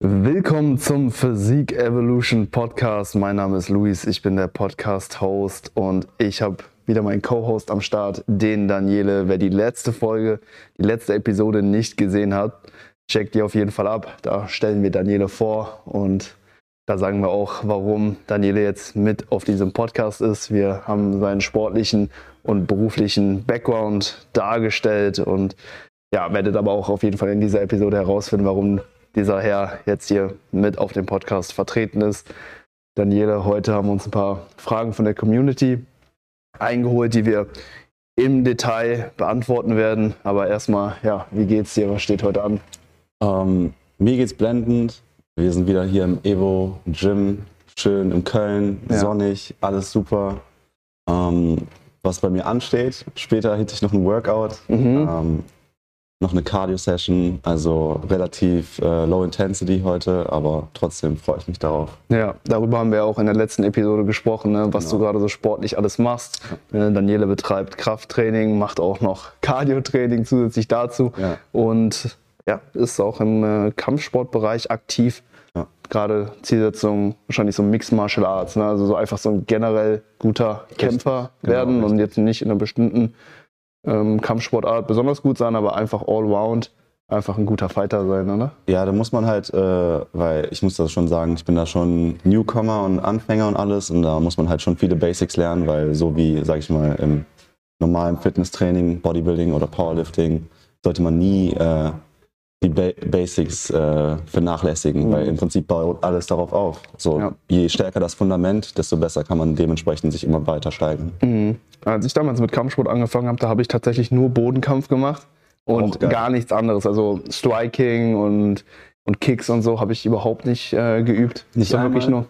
Willkommen zum Physik Evolution Podcast. Mein Name ist Luis, ich bin der Podcast-Host und ich habe wieder meinen Co-Host am Start, den Daniele. Wer die letzte Episode nicht gesehen hat, checkt die auf jeden Fall ab. Da stellen wir Daniele vor und da sagen wir auch, warum Daniele jetzt mit auf diesem Podcast ist. Wir haben seinen sportlichen und beruflichen Background dargestellt und ja, werdet aber auch auf jeden Fall in dieser Episode herausfinden, warum dieser Herr jetzt hier mit auf dem Podcast vertreten ist. Daniele, heute haben wir uns ein paar Fragen von der Community eingeholt, die wir im Detail beantworten werden. Aber erstmal, ja, wie geht's dir? Was steht heute an? Mir geht's blendend. Wir sind wieder hier im Evo Gym, schön in Köln, sonnig, alles super. Was bei mir ansteht, später hätte ich noch ein Workout. Noch eine Cardio-Session, also relativ Low Intensity heute, aber trotzdem freue ich mich darauf. Ja, darüber haben wir auch in der letzten Episode gesprochen, ne, was du gerade so sportlich alles machst. Daniele betreibt Krafttraining, macht auch noch Cardio-Training zusätzlich dazu und ja, ist auch im Kampfsportbereich aktiv. Ja. Gerade Zielsetzung wahrscheinlich so Mixed Martial Arts, ne, also so einfach so ein generell guter Kämpfer werden und jetzt nicht in einer bestimmten Kampfsportart besonders gut sein, aber einfach allround einfach ein guter Fighter sein, oder? Ja, da muss man halt, weil ich muss das schon sagen, ich bin da schon Newcomer und Anfänger und alles und da muss man halt schon viele Basics lernen, weil so wie, sag ich mal, im normalen Fitnesstraining, Bodybuilding oder Powerlifting sollte man nie die Basics vernachlässigen, weil im Prinzip baut alles darauf auf. So, je stärker das Fundament, desto besser kann man dementsprechend sich immer weiter steigern. Als ich damals mit Kampfsport angefangen habe, da habe ich tatsächlich nur Bodenkampf gemacht und gar nichts anderes. Also Striking und Kicks und so habe ich überhaupt nicht geübt. Nicht wirklich nur.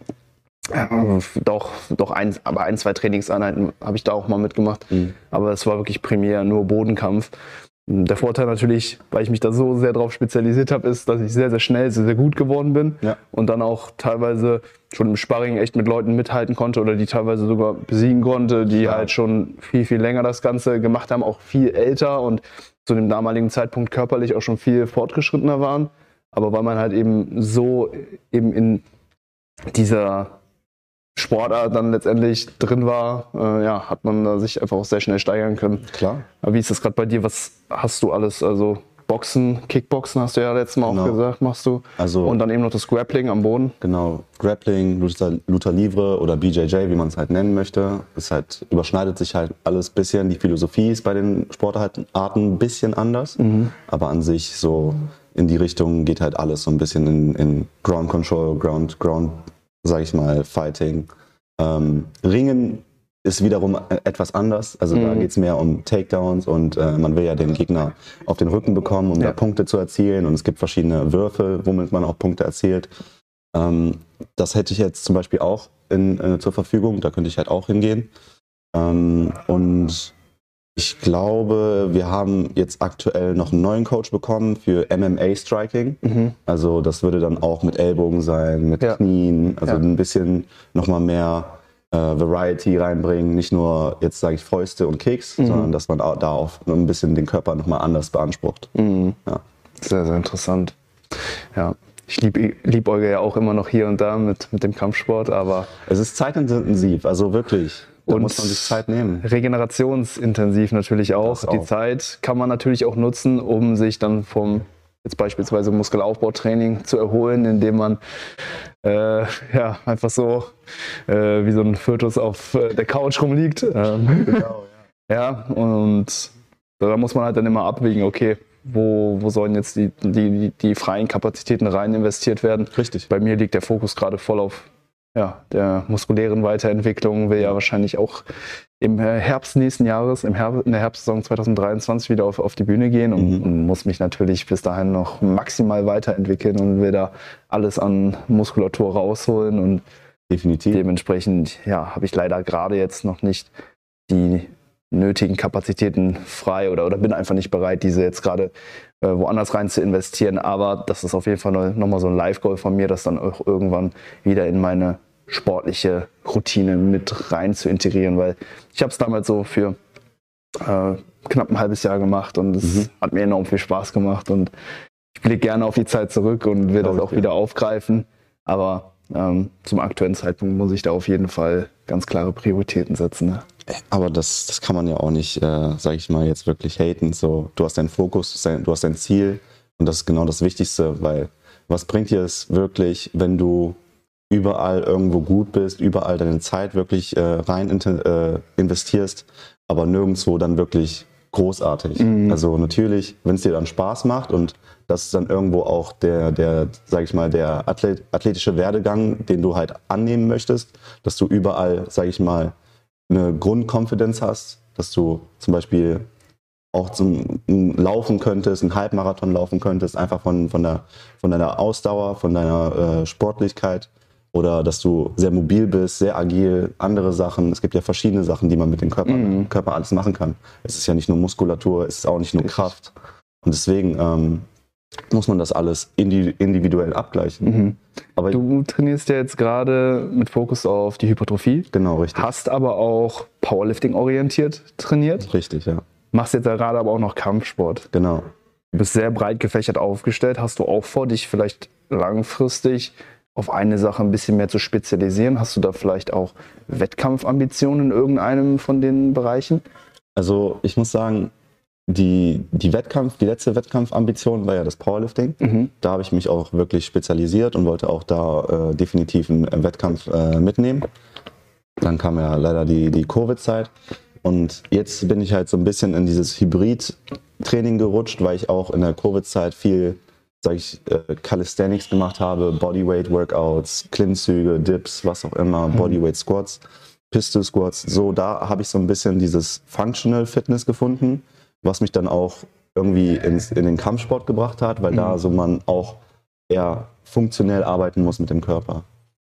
Doch aber ein, zwei Trainingseinheiten habe ich da auch mal mitgemacht. Aber es war wirklich primär nur Bodenkampf. Der Vorteil natürlich, weil ich mich da so sehr drauf spezialisiert habe, ist, dass ich sehr, sehr schnell, sehr, sehr gut geworden bin und dann auch teilweise schon im Sparring echt mit Leuten mithalten konnte oder die teilweise sogar besiegen konnte, die halt schon viel, viel länger das Ganze gemacht haben, auch viel älter und zu dem damaligen Zeitpunkt körperlich auch schon viel fortgeschrittener waren. Aber weil man halt eben so eben in dieser Sportart dann letztendlich drin war, hat man sich einfach auch sehr schnell steigern können. Klar. Aber wie ist das gerade bei dir? Was hast du alles? Also Boxen, Kickboxen hast du ja letztes Mal auch gesagt, machst du. Also, und dann eben noch das Grappling am Boden. Genau, Grappling, Luta Livre oder BJJ, wie man es halt nennen möchte. Es halt überschneidet sich halt alles ein bisschen. Die Philosophie ist bei den Sportarten ein bisschen anders. Aber an sich so in die Richtung geht halt alles so ein bisschen in Ground Control, Ground, sag ich mal, Fighting. Ringen ist wiederum etwas anders. Also da geht es mehr um Takedowns und man will ja den Gegner auf den Rücken bekommen, um da Punkte zu erzielen. Und es gibt verschiedene Würfe, womit man auch Punkte erzielt. Das hätte ich jetzt zum Beispiel auch zur Verfügung. Da könnte ich halt auch hingehen. Und ich glaube, wir haben jetzt aktuell noch einen neuen Coach bekommen für MMA-Striking. Also das würde dann auch mit Ellbogen sein, mit Knien, also ein bisschen nochmal mehr Variety reinbringen. Nicht nur, jetzt sage ich Fäuste und Kicks, sondern dass man da auch ein bisschen den Körper nochmal anders beansprucht. Ja. Sehr, sehr interessant. Ja. Ich liebäugle ja auch immer noch hier und da mit dem Kampfsport, aber es ist zeitintensiv, also wirklich. Da muss man sich Zeit nehmen. Regenerationsintensiv natürlich auch. Die Zeit kann man natürlich auch nutzen, um sich dann vom jetzt beispielsweise Muskelaufbautraining zu erholen, indem man einfach so wie so ein Fötus auf der Couch rumliegt. Genau, ja, und da muss man halt dann immer abwägen, okay, wo sollen jetzt die freien Kapazitäten rein investiert werden. Richtig. Bei mir liegt der Fokus gerade voll auf der muskulären Weiterentwicklung, will ja wahrscheinlich auch im Herbst nächsten Jahres, in der Herbstsaison 2023 wieder auf die Bühne gehen und muss mich natürlich bis dahin noch maximal weiterentwickeln und will da alles an Muskulatur rausholen und definitiv. Dementsprechend habe ich leider gerade jetzt noch nicht die nötigen Kapazitäten frei oder bin einfach nicht bereit, diese jetzt gerade woanders rein zu investieren. Aber das ist auf jeden Fall nochmal so ein Live-Goal von mir, das dann auch irgendwann wieder in meine sportliche Routine mit rein zu integrieren, weil ich habe es damals so für knapp ein halbes Jahr gemacht und es hat mir enorm viel Spaß gemacht und ich blicke gerne auf die Zeit zurück und will das auch wieder aufgreifen. Aber zum aktuellen Zeitpunkt muss ich da auf jeden Fall ganz klare Prioritäten setzen. Ne? Aber das kann man ja auch nicht, sage ich mal, jetzt wirklich haten. So, du hast deinen Fokus, du hast dein Ziel und das ist genau das Wichtigste, weil was bringt dir es wirklich, wenn du überall irgendwo gut bist, überall deine Zeit wirklich rein investierst, aber nirgendwo dann wirklich großartig. Also natürlich, wenn es dir dann Spaß macht und das ist dann irgendwo auch der sage ich mal, der athletische Werdegang, den du halt annehmen möchtest, dass du überall, sage ich mal, eine Grundkonfidenz hast, dass du zum Beispiel auch zum Laufen könntest, einen Halbmarathon laufen könntest, einfach von deiner Ausdauer, von deiner Sportlichkeit. Oder dass du sehr mobil bist, sehr agil, andere Sachen. Es gibt ja verschiedene Sachen, die man mit dem Körper alles machen kann. Es ist ja nicht nur Muskulatur, es ist auch nicht nur Kraft. Und deswegen muss man das alles individuell abgleichen. Aber du trainierst ja jetzt gerade mit Fokus auf die Hypertrophie. Genau, richtig. Hast aber auch Powerlifting-orientiert trainiert. Richtig, ja. Machst jetzt ja gerade aber auch noch Kampfsport. Genau. Du bist sehr breit gefächert aufgestellt. Hast du auch vor, dich vielleicht langfristig auf eine Sache ein bisschen mehr zu spezialisieren? Hast du da vielleicht auch Wettkampfambitionen in irgendeinem von den Bereichen? Also ich muss sagen, die letzte Wettkampfambition war ja das Powerlifting. Da habe ich mich auch wirklich spezialisiert und wollte auch da definitiv einen Wettkampf mitnehmen. Dann kam ja leider die Covid-Zeit und jetzt bin ich halt so ein bisschen in dieses Hybrid-Training gerutscht, weil ich auch in der Covid-Zeit viel Calisthenics gemacht habe, Bodyweight-Workouts, Klimmzüge, Dips, was auch immer, Bodyweight-Squats, Pistol-Squats. So, da habe ich so ein bisschen dieses Functional Fitness gefunden, was mich dann auch irgendwie in den Kampfsport gebracht hat, weil da so man auch eher funktionell arbeiten muss mit dem Körper.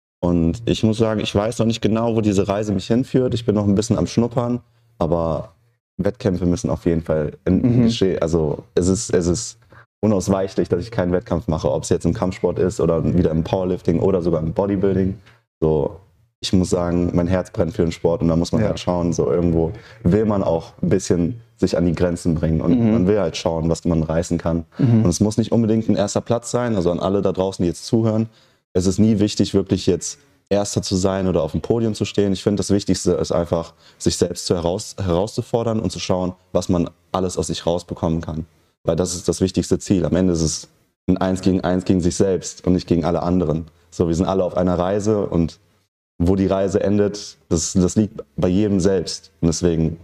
Und ich muss sagen, ich weiß noch nicht genau, wo diese Reise mich hinführt. Ich bin noch ein bisschen am Schnuppern, aber Wettkämpfe müssen auf jeden Fall geschehen. Also es ist unausweichlich, dass ich keinen Wettkampf mache, ob es jetzt im Kampfsport ist oder wieder im Powerlifting oder sogar im Bodybuilding. So, ich muss sagen, mein Herz brennt für den Sport und da muss man halt schauen, so irgendwo will man auch ein bisschen sich an die Grenzen bringen und man will halt schauen, was man reißen kann. Und es muss nicht unbedingt ein erster Platz sein, also an alle da draußen, die jetzt zuhören. Es ist nie wichtig, wirklich jetzt Erster zu sein oder auf dem Podium zu stehen. Ich finde, das Wichtigste ist einfach, sich selbst herauszufordern und zu schauen, was man alles aus sich rausbekommen kann. Weil das ist das wichtigste Ziel. Am Ende ist es ein 1 gegen sich selbst und nicht gegen alle anderen. So, wir sind alle auf einer Reise und wo die Reise endet, das liegt bei jedem selbst. Und deswegen,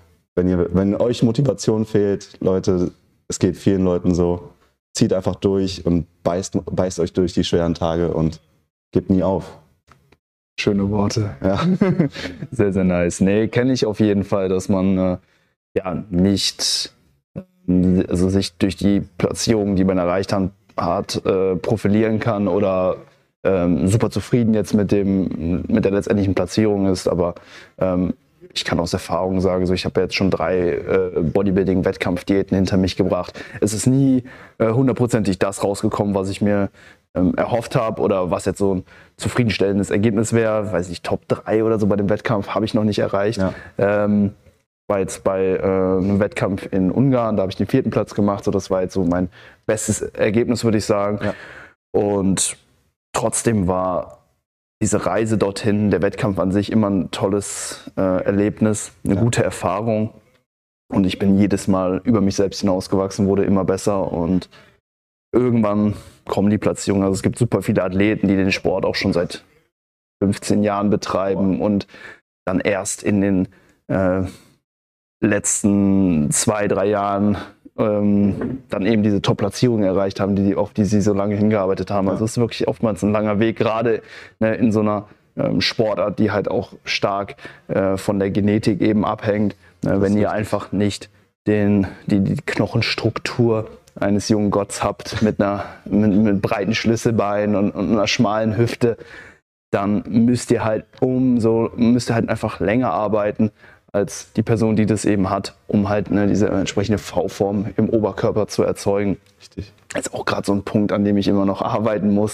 wenn euch Motivation fehlt, Leute, es geht vielen Leuten so, zieht einfach durch und beißt euch durch die schweren Tage und gebt nie auf. Schöne Worte. Ja. Sehr, sehr nice. Nee, kenne ich auf jeden Fall, dass man nicht sich durch die Platzierung, die man erreicht hat, profilieren kann oder super zufrieden jetzt mit der letztendlichen Platzierung ist. Aber ich kann aus Erfahrung sagen, so, ich habe jetzt schon 3 Bodybuilding-Wettkampfdiäten hinter mich gebracht. Es ist nie hundertprozentig das rausgekommen, was ich mir erhofft habe oder was jetzt so ein zufriedenstellendes Ergebnis wäre. Weiß ich, Top 3 oder so bei dem Wettkampf habe ich noch nicht erreicht. Ja. War jetzt bei einem Wettkampf in Ungarn, da habe ich den 4. Platz gemacht. So, das war jetzt so mein bestes Ergebnis, würde ich sagen. Ja. Und trotzdem war diese Reise dorthin, der Wettkampf an sich, immer ein tolles Erlebnis, eine gute Erfahrung. Und ich bin jedes Mal über mich selbst hinausgewachsen, wurde immer besser und irgendwann kommen die Platzierungen. Also es gibt super viele Athleten, die den Sport auch schon seit 15 Jahren betreiben und dann erst in den letzten 2-3 Jahren dann eben diese Top-Platzierungen erreicht haben, auf die sie so lange hingearbeitet haben. Also es ist wirklich oftmals ein langer Weg, gerade in so einer Sportart, die halt auch stark von der Genetik eben abhängt. Wenn ihr einfach nicht die Knochenstruktur eines jungen Gotts habt mit breiten Schlüsselbeinen und einer schmalen Hüfte, dann müsst ihr halt einfach länger arbeiten als die Person, die das eben hat, um halt diese entsprechende V-Form im Oberkörper zu erzeugen. Richtig. Das ist auch gerade so ein Punkt, an dem ich immer noch arbeiten muss.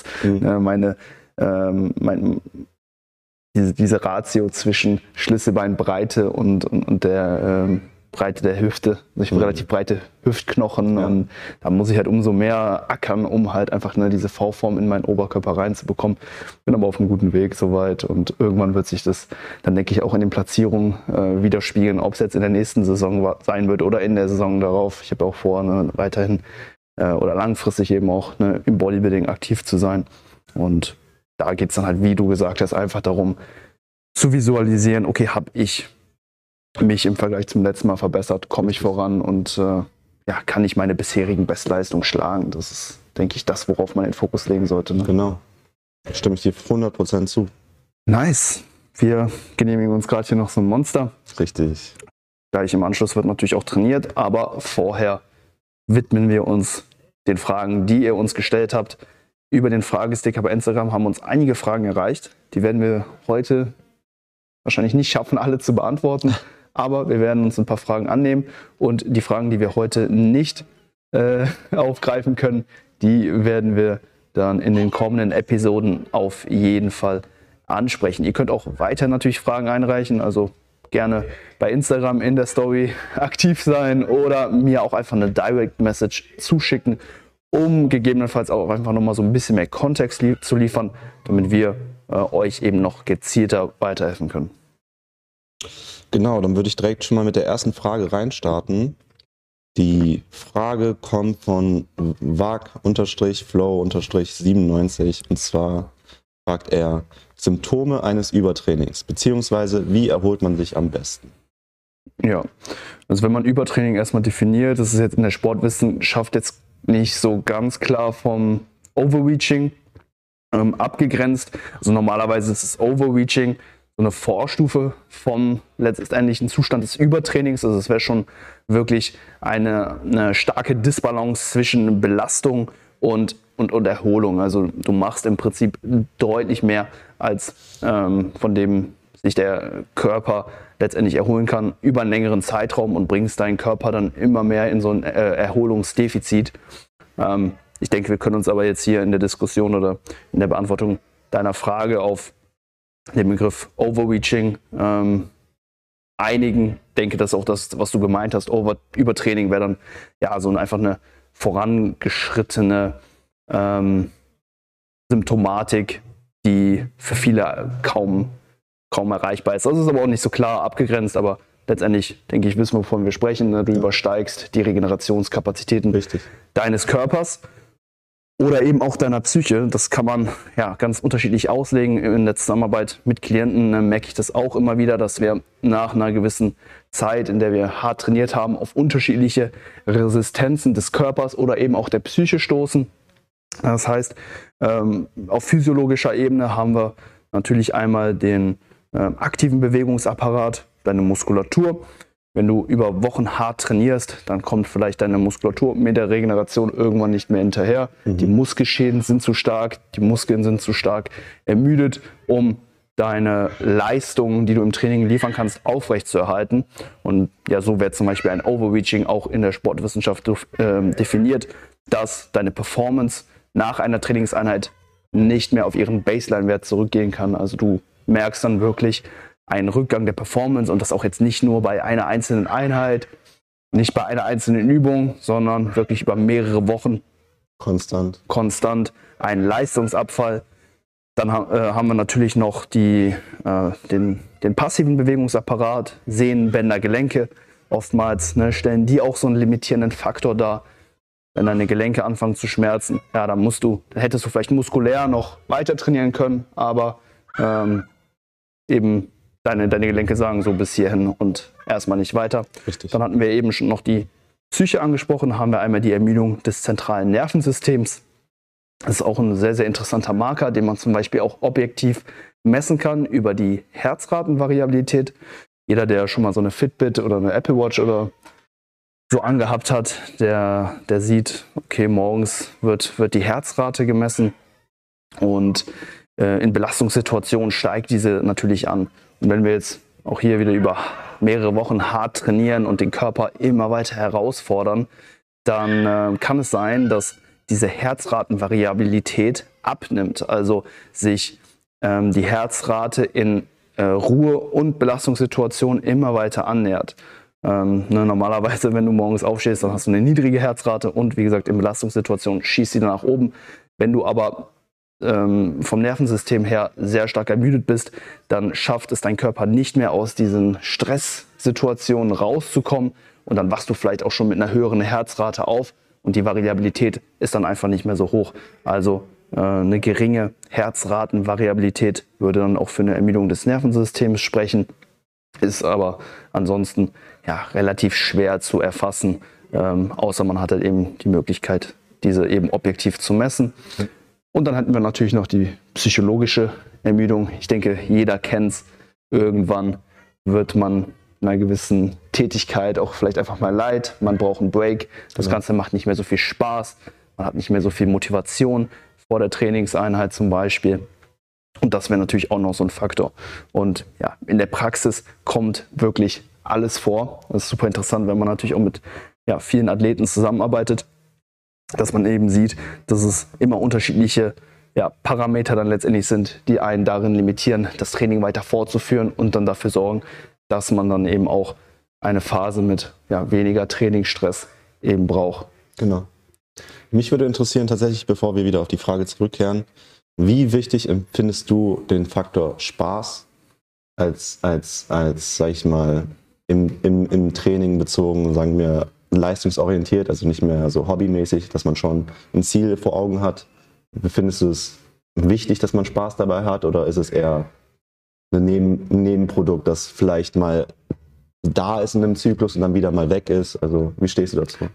Diese Ratio zwischen Schlüsselbeinbreite und Breite der Hüfte. Also ich habe relativ breite Hüftknochen und da muss ich halt umso mehr ackern, um halt einfach diese V-Form in meinen Oberkörper reinzubekommen. Bin aber auf einem guten Weg soweit und irgendwann wird sich das dann, denke ich, auch in den Platzierungen widerspiegeln, ob es jetzt in der nächsten Saison sein wird oder in der Saison darauf. Ich habe auch vor, weiterhin oder langfristig eben auch im Bodybuilding aktiv zu sein. Und da geht es dann halt, wie du gesagt hast, einfach darum zu visualisieren, okay, habe ich mich im Vergleich zum letzten Mal verbessert, komme ich voran und kann ich meine bisherigen Bestleistungen schlagen. Das ist, denke ich, das, worauf man den Fokus legen sollte. Ne? Genau. Da stimme ich dir 100% zu. Nice. Wir genehmigen uns gerade hier noch so ein Monster. Richtig. Gleich im Anschluss wird natürlich auch trainiert, aber vorher widmen wir uns den Fragen, die ihr uns gestellt habt. Über den Fragesticker bei Instagram haben uns einige Fragen erreicht. Die werden wir heute wahrscheinlich nicht schaffen, alle zu beantworten, aber wir werden uns ein paar Fragen annehmen und die Fragen, die wir heute nicht aufgreifen können, die werden wir dann in den kommenden Episoden auf jeden Fall ansprechen. Ihr könnt auch weiter natürlich Fragen einreichen, also gerne bei Instagram in der Story aktiv sein oder mir auch einfach eine Direct Message zuschicken, um gegebenenfalls auch einfach nochmal so ein bisschen mehr Kontext zu liefern, damit wir euch eben noch gezielter weiterhelfen können. Genau, dann würde ich direkt schon mal mit der ersten Frage reinstarten. Die Frage kommt von Wag_Flow_97 und zwar fragt er Symptome eines Übertrainings, beziehungsweise wie erholt man sich am besten? Ja, also wenn man Übertraining erstmal definiert, das ist jetzt in der Sportwissenschaft jetzt nicht so ganz klar vom Overreaching abgegrenzt. Also normalerweise ist das Overreaching so eine Vorstufe vom letztendlichen Zustand des Übertrainings. Also es wäre schon wirklich eine starke Disbalance zwischen Belastung und Erholung. Also du machst im Prinzip deutlich mehr, als von dem sich der Körper letztendlich erholen kann über einen längeren Zeitraum und bringst deinen Körper dann immer mehr in so ein Erholungsdefizit. Ich denke, wir können uns aber jetzt hier in der Diskussion oder in der Beantwortung deiner Frage auf den Begriff Overreaching einigen. Ich denke, dass auch das, was du gemeint hast, Übertraining wäre dann ja so einfach eine vorangeschrittene Symptomatik, die für viele kaum erreichbar ist. Das ist aber auch nicht so klar abgegrenzt, aber letztendlich, denke ich, wissen wir, wovon wir sprechen. Du übersteigst die Regenerationskapazitäten deines Körpers oder eben auch deiner Psyche. Das kann man ganz unterschiedlich auslegen. In der Zusammenarbeit mit Klienten merke ich das auch immer wieder, dass wir nach einer gewissen Zeit, in der wir hart trainiert haben, auf unterschiedliche Resistenzen des Körpers oder eben auch der Psyche stoßen. Das heißt, auf physiologischer Ebene haben wir natürlich einmal den aktiven Bewegungsapparat, deine Muskulatur. Wenn du über Wochen hart trainierst, dann kommt vielleicht deine Muskulatur mit der Regeneration irgendwann nicht mehr hinterher. Die Muskelschäden sind zu stark, die Muskeln sind zu stark ermüdet, um deine Leistungen, die du im Training liefern kannst, aufrechtzuerhalten. Und ja, so wird zum Beispiel ein Overreaching auch in der Sportwissenschaft definiert, dass deine Performance nach einer Trainingseinheit nicht mehr auf ihren Baseline-Wert zurückgehen kann. Also du merkst dann wirklich einen Rückgang der Performance und das auch jetzt nicht nur bei einer einzelnen Einheit, nicht bei einer einzelnen Übung, sondern wirklich über mehrere Wochen konstant einen Leistungsabfall. Dann haben wir natürlich noch den passiven Bewegungsapparat, Sehnen, Bänder, Gelenke. Oftmals stellen die auch so einen limitierenden Faktor dar. Wenn deine Gelenke anfangen zu schmerzen, dann hättest du vielleicht muskulär noch weiter trainieren können, aber eben deine Gelenke sagen so bis hierhin und erstmal nicht weiter. Richtig. Dann hatten wir eben schon noch die Psyche angesprochen, haben wir einmal die Ermüdung des zentralen Nervensystems. Das ist auch ein sehr, sehr interessanter Marker, den man zum Beispiel auch objektiv messen kann über die Herzratenvariabilität. Jeder, der schon mal so eine Fitbit oder eine Apple Watch oder so angehabt hat, der sieht, okay, morgens wird die Herzrate gemessen und in Belastungssituationen steigt diese natürlich an. Und wenn wir jetzt auch hier wieder über mehrere Wochen hart trainieren und den Körper immer weiter herausfordern, dann kann es sein, dass diese Herzratenvariabilität abnimmt. Also sich die Herzrate in Ruhe- und Belastungssituationen immer weiter annähert. Normalerweise, wenn du morgens aufstehst, dann hast du eine niedrige Herzrate und wie gesagt, in Belastungssituationen schießt sie dann nach oben. Wenn du aber vom Nervensystem her sehr stark ermüdet bist, dann schafft es dein Körper nicht mehr aus diesen Stresssituationen rauszukommen und dann wachst du vielleicht auch schon mit einer höheren Herzrate auf und die Variabilität ist dann einfach nicht mehr so hoch. Also eine geringe Herzratenvariabilität würde dann auch für eine Ermüdung des Nervensystems sprechen, ist aber ansonsten ja, relativ schwer zu erfassen, außer man hat halt eben die Möglichkeit, diese eben objektiv zu messen. Und dann hatten wir natürlich noch die psychologische Ermüdung. Ich denke, jeder kennt es. Irgendwann wird man in einer gewissen Tätigkeit auch vielleicht einfach mal leid. Man braucht einen Break. Das Ganze macht nicht mehr so viel Spaß. Man hat nicht mehr so viel Motivation vor der Trainingseinheit zum Beispiel. Und das wäre natürlich auch noch so ein Faktor. Und ja, in der Praxis kommt wirklich alles vor. Das ist super interessant, wenn man natürlich auch mit vielen Athleten zusammenarbeitet, dass man eben sieht, dass es immer unterschiedliche Parameter dann letztendlich sind, die einen darin limitieren, das Training weiter fortzuführen und dann dafür sorgen, dass man dann eben auch eine Phase mit weniger Trainingsstress eben braucht. Genau. Mich würde interessieren, tatsächlich, bevor wir wieder auf die Frage zurückkehren, wie wichtig empfindest du den Faktor Spaß als sag ich mal, im Training bezogen, sagen wir, leistungsorientiert, also nicht mehr so hobbymäßig, dass man schon ein Ziel vor Augen hat? Findest du es wichtig, dass man Spaß dabei hat, oder ist es eher ein Nebenprodukt, das vielleicht mal da ist in einem Zyklus und dann wieder mal weg ist? Also wie stehst du dazu?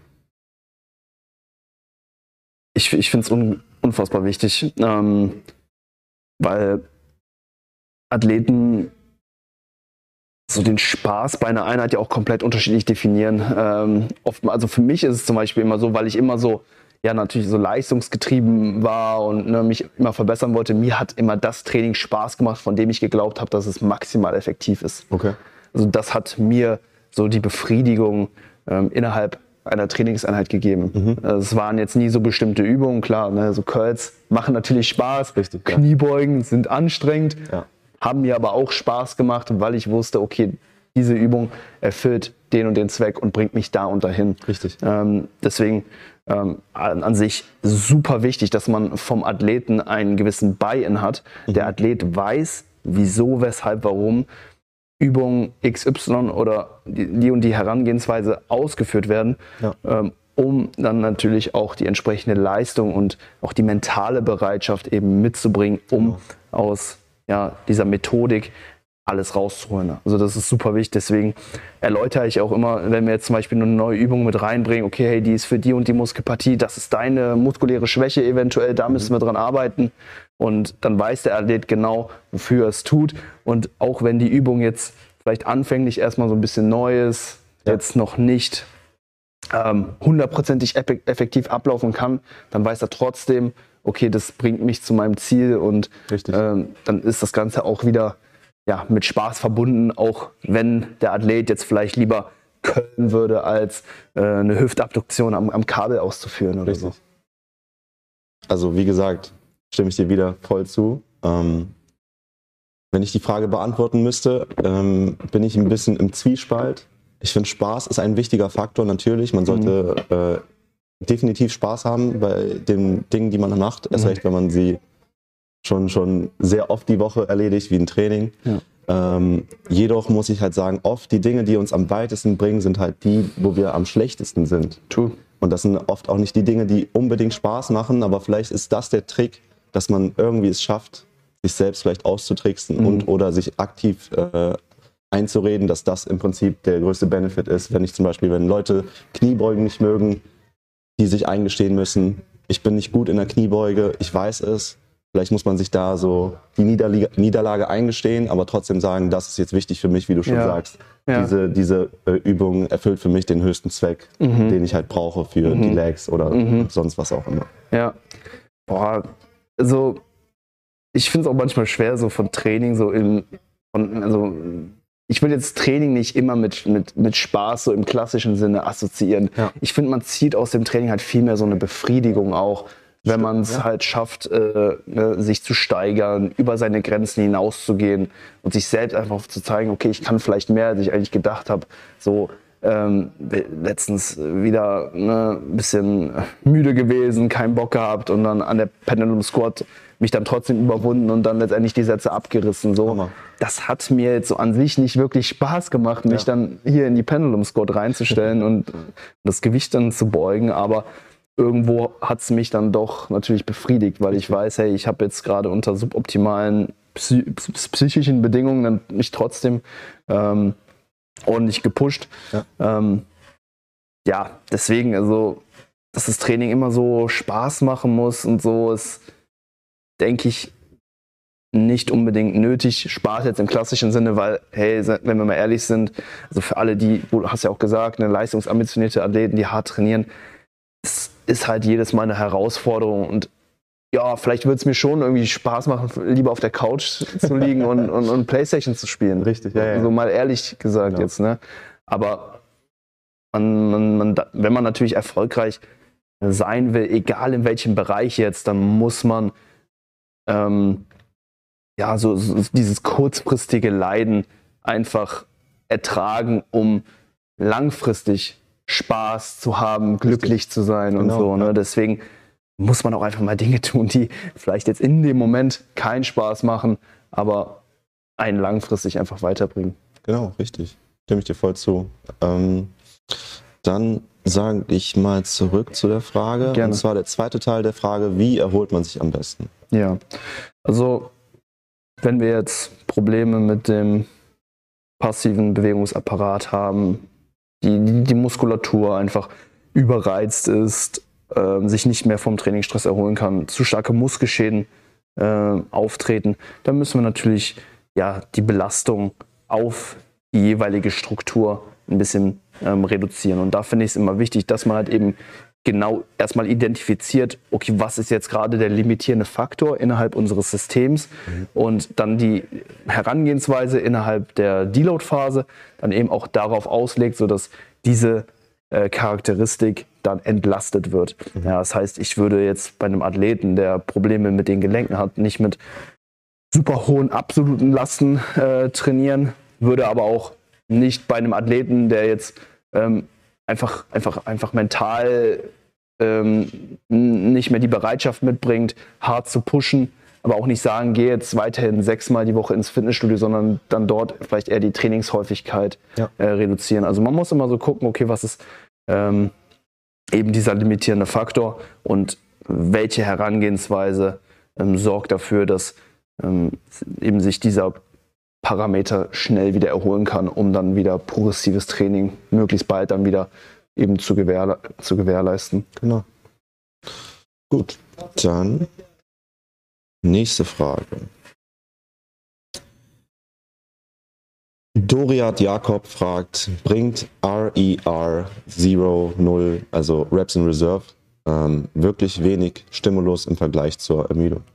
Ich finde es unfassbar wichtig, weil Athleten so den Spaß bei einer Einheit ja auch komplett unterschiedlich definieren. Also für mich ist es zum Beispiel immer so, weil ich immer so, natürlich so leistungsgetrieben war und mich immer verbessern wollte. Mir hat immer das Training Spaß gemacht, von dem ich geglaubt habe, dass es maximal effektiv ist. Okay. Also das hat mir so die Befriedigung innerhalb einer Trainingseinheit gegeben. Es waren jetzt nie so bestimmte Übungen, klar, so Curls machen natürlich Spaß, richtig, Kniebeugen sind anstrengend, haben mir aber auch Spaß gemacht, weil ich wusste, okay, diese Übung erfüllt den und den Zweck und bringt mich da und dahin. Richtig. Deswegen an sich super wichtig, dass man vom Athleten einen gewissen Buy-in hat. Der Athlet weiß, wieso, weshalb, warum Übungen XY oder die und die Herangehensweise ausgeführt werden, um dann natürlich auch die entsprechende Leistung und auch die mentale Bereitschaft eben mitzubringen, um aus dieser Methodik alles rauszuholen. Also das ist super wichtig. Deswegen erläutere ich auch immer, wenn wir jetzt zum Beispiel eine neue Übung mit reinbringen, okay, hey, die ist für die und die Muskelpartie, das ist deine muskuläre Schwäche eventuell, da müssen wir dran arbeiten. Und dann weiß der Athlet genau, wofür er es tut. Und auch wenn die Übung jetzt vielleicht anfänglich erstmal so ein bisschen neu ist, jetzt noch nicht hundertprozentig effektiv ablaufen kann, dann weiß er trotzdem, okay, das bringt mich zu meinem Ziel und dann ist das Ganze auch wieder mit Spaß verbunden, auch wenn der Athlet jetzt vielleicht lieber curlen würde, als eine Hüftabduktion am Kabel auszuführen oder so. Also wie gesagt, stimme ich dir wieder voll zu. Wenn ich die Frage beantworten müsste, bin ich ein bisschen im Zwiespalt. Ich finde, Spaß ist ein wichtiger Faktor, natürlich. Man sollte definitiv Spaß haben bei den Dingen, die man macht. Erst recht, wenn man sie schon sehr oft die Woche erledigt, wie ein Training. Jedoch muss ich halt sagen, oft die Dinge, die uns am weitesten bringen, sind halt die, wo wir am schlechtesten sind. True. Und das sind oft auch nicht die Dinge, die unbedingt Spaß machen, aber vielleicht ist das der Trick, dass man irgendwie es schafft, sich selbst vielleicht auszutricksen und oder sich aktiv einzureden, dass das im Prinzip der größte Benefit ist. Wenn Leute Kniebeugen nicht mögen, die sich eingestehen müssen, ich bin nicht gut in der Kniebeuge, ich weiß es. Vielleicht muss man sich da so die Niederlage eingestehen, aber trotzdem sagen, das ist jetzt wichtig für mich, wie du schon sagst. Diese Übung erfüllt für mich den höchsten Zweck, den ich halt brauche für die Legs oder sonst was auch immer. Ja. Boah, also ich finde es auch manchmal schwer, so von Training ich will jetzt Training nicht immer mit Spaß so im klassischen Sinne assoziieren. Ich finde, man zieht aus dem Training halt viel mehr so eine Befriedigung auch, wenn man es halt schafft, sich zu steigern, über seine Grenzen hinauszugehen und sich selbst einfach zu zeigen, okay, ich kann vielleicht mehr, als ich eigentlich gedacht habe. So, Letztens wieder ein bisschen müde gewesen, keinen Bock gehabt und dann an der Pendulum Squat mich dann trotzdem überwunden und dann letztendlich die Sätze abgerissen. So. Das hat mir jetzt so an sich nicht wirklich Spaß gemacht, mich dann hier in die Pendulum Squat reinzustellen und das Gewicht dann zu beugen, aber irgendwo hat es mich dann doch natürlich befriedigt, weil ich weiß, hey, ich habe jetzt gerade unter suboptimalen psychischen Bedingungen dann mich trotzdem ordentlich gepusht. Deswegen, also, dass das Training immer so Spaß machen muss und so, ist, denke ich, nicht unbedingt nötig. Spaß jetzt im klassischen Sinne, weil, hey, wenn wir mal ehrlich sind, also für alle, die, du hast ja auch gesagt, leistungsambitionierte Athleten, die hart trainieren, es ist halt jedes Mal eine Herausforderung und ja, vielleicht würde es mir schon irgendwie Spaß machen, lieber auf der Couch zu liegen und Playstation zu spielen. Richtig, ja. So mal ehrlich gesagt jetzt, ne? Aber wenn man natürlich erfolgreich sein will, egal in welchem Bereich jetzt, dann muss man so dieses kurzfristige Leiden einfach ertragen, um langfristig Spaß zu haben, glücklich zu sein und so. Ne? Deswegen muss man auch einfach mal Dinge tun, die vielleicht jetzt in dem Moment keinen Spaß machen, aber einen langfristig einfach weiterbringen. Genau, richtig. Stimme ich dir voll zu. Dann sage ich mal zurück zu der Frage. Gerne. Und zwar der zweite Teil der Frage, wie erholt man sich am besten? Ja, also wenn wir jetzt Probleme mit dem passiven Bewegungsapparat haben, die Muskulatur einfach überreizt ist, sich nicht mehr vom Trainingsstress erholen kann, zu starke Muskelschäden auftreten, dann müssen wir natürlich die Belastung auf die jeweilige Struktur ein bisschen reduzieren. Und da finde ich es immer wichtig, dass man halt eben genau erstmal identifiziert, okay, was ist jetzt gerade der limitierende Faktor innerhalb unseres Systems und dann die Herangehensweise innerhalb der Deload-Phase dann eben auch darauf auslegt, sodass diese Charakteristik dann entlastet wird. Ja, das heißt, ich würde jetzt bei einem Athleten, der Probleme mit den Gelenken hat, nicht mit super hohen absoluten Lasten trainieren, würde aber auch nicht bei einem Athleten, der jetzt einfach mental nicht mehr die Bereitschaft mitbringt, hart zu pushen, aber auch nicht sagen, gehe jetzt weiterhin 6-mal die Woche ins Fitnessstudio, sondern dann dort vielleicht eher die Trainingshäufigkeit reduzieren. Also man muss immer so gucken, okay, was ist eben dieser limitierende Faktor und welche Herangehensweise sorgt dafür, dass eben sich dieser Parameter schnell wieder erholen kann, um dann wieder progressives Training möglichst bald dann wieder eben zu gewährleisten. Genau. Gut, dann nächste Frage. Doriat Jakob fragt, bringt RER 0, also Reps in Reserve, wirklich wenig Stimulus im Vergleich zur Ermüdung?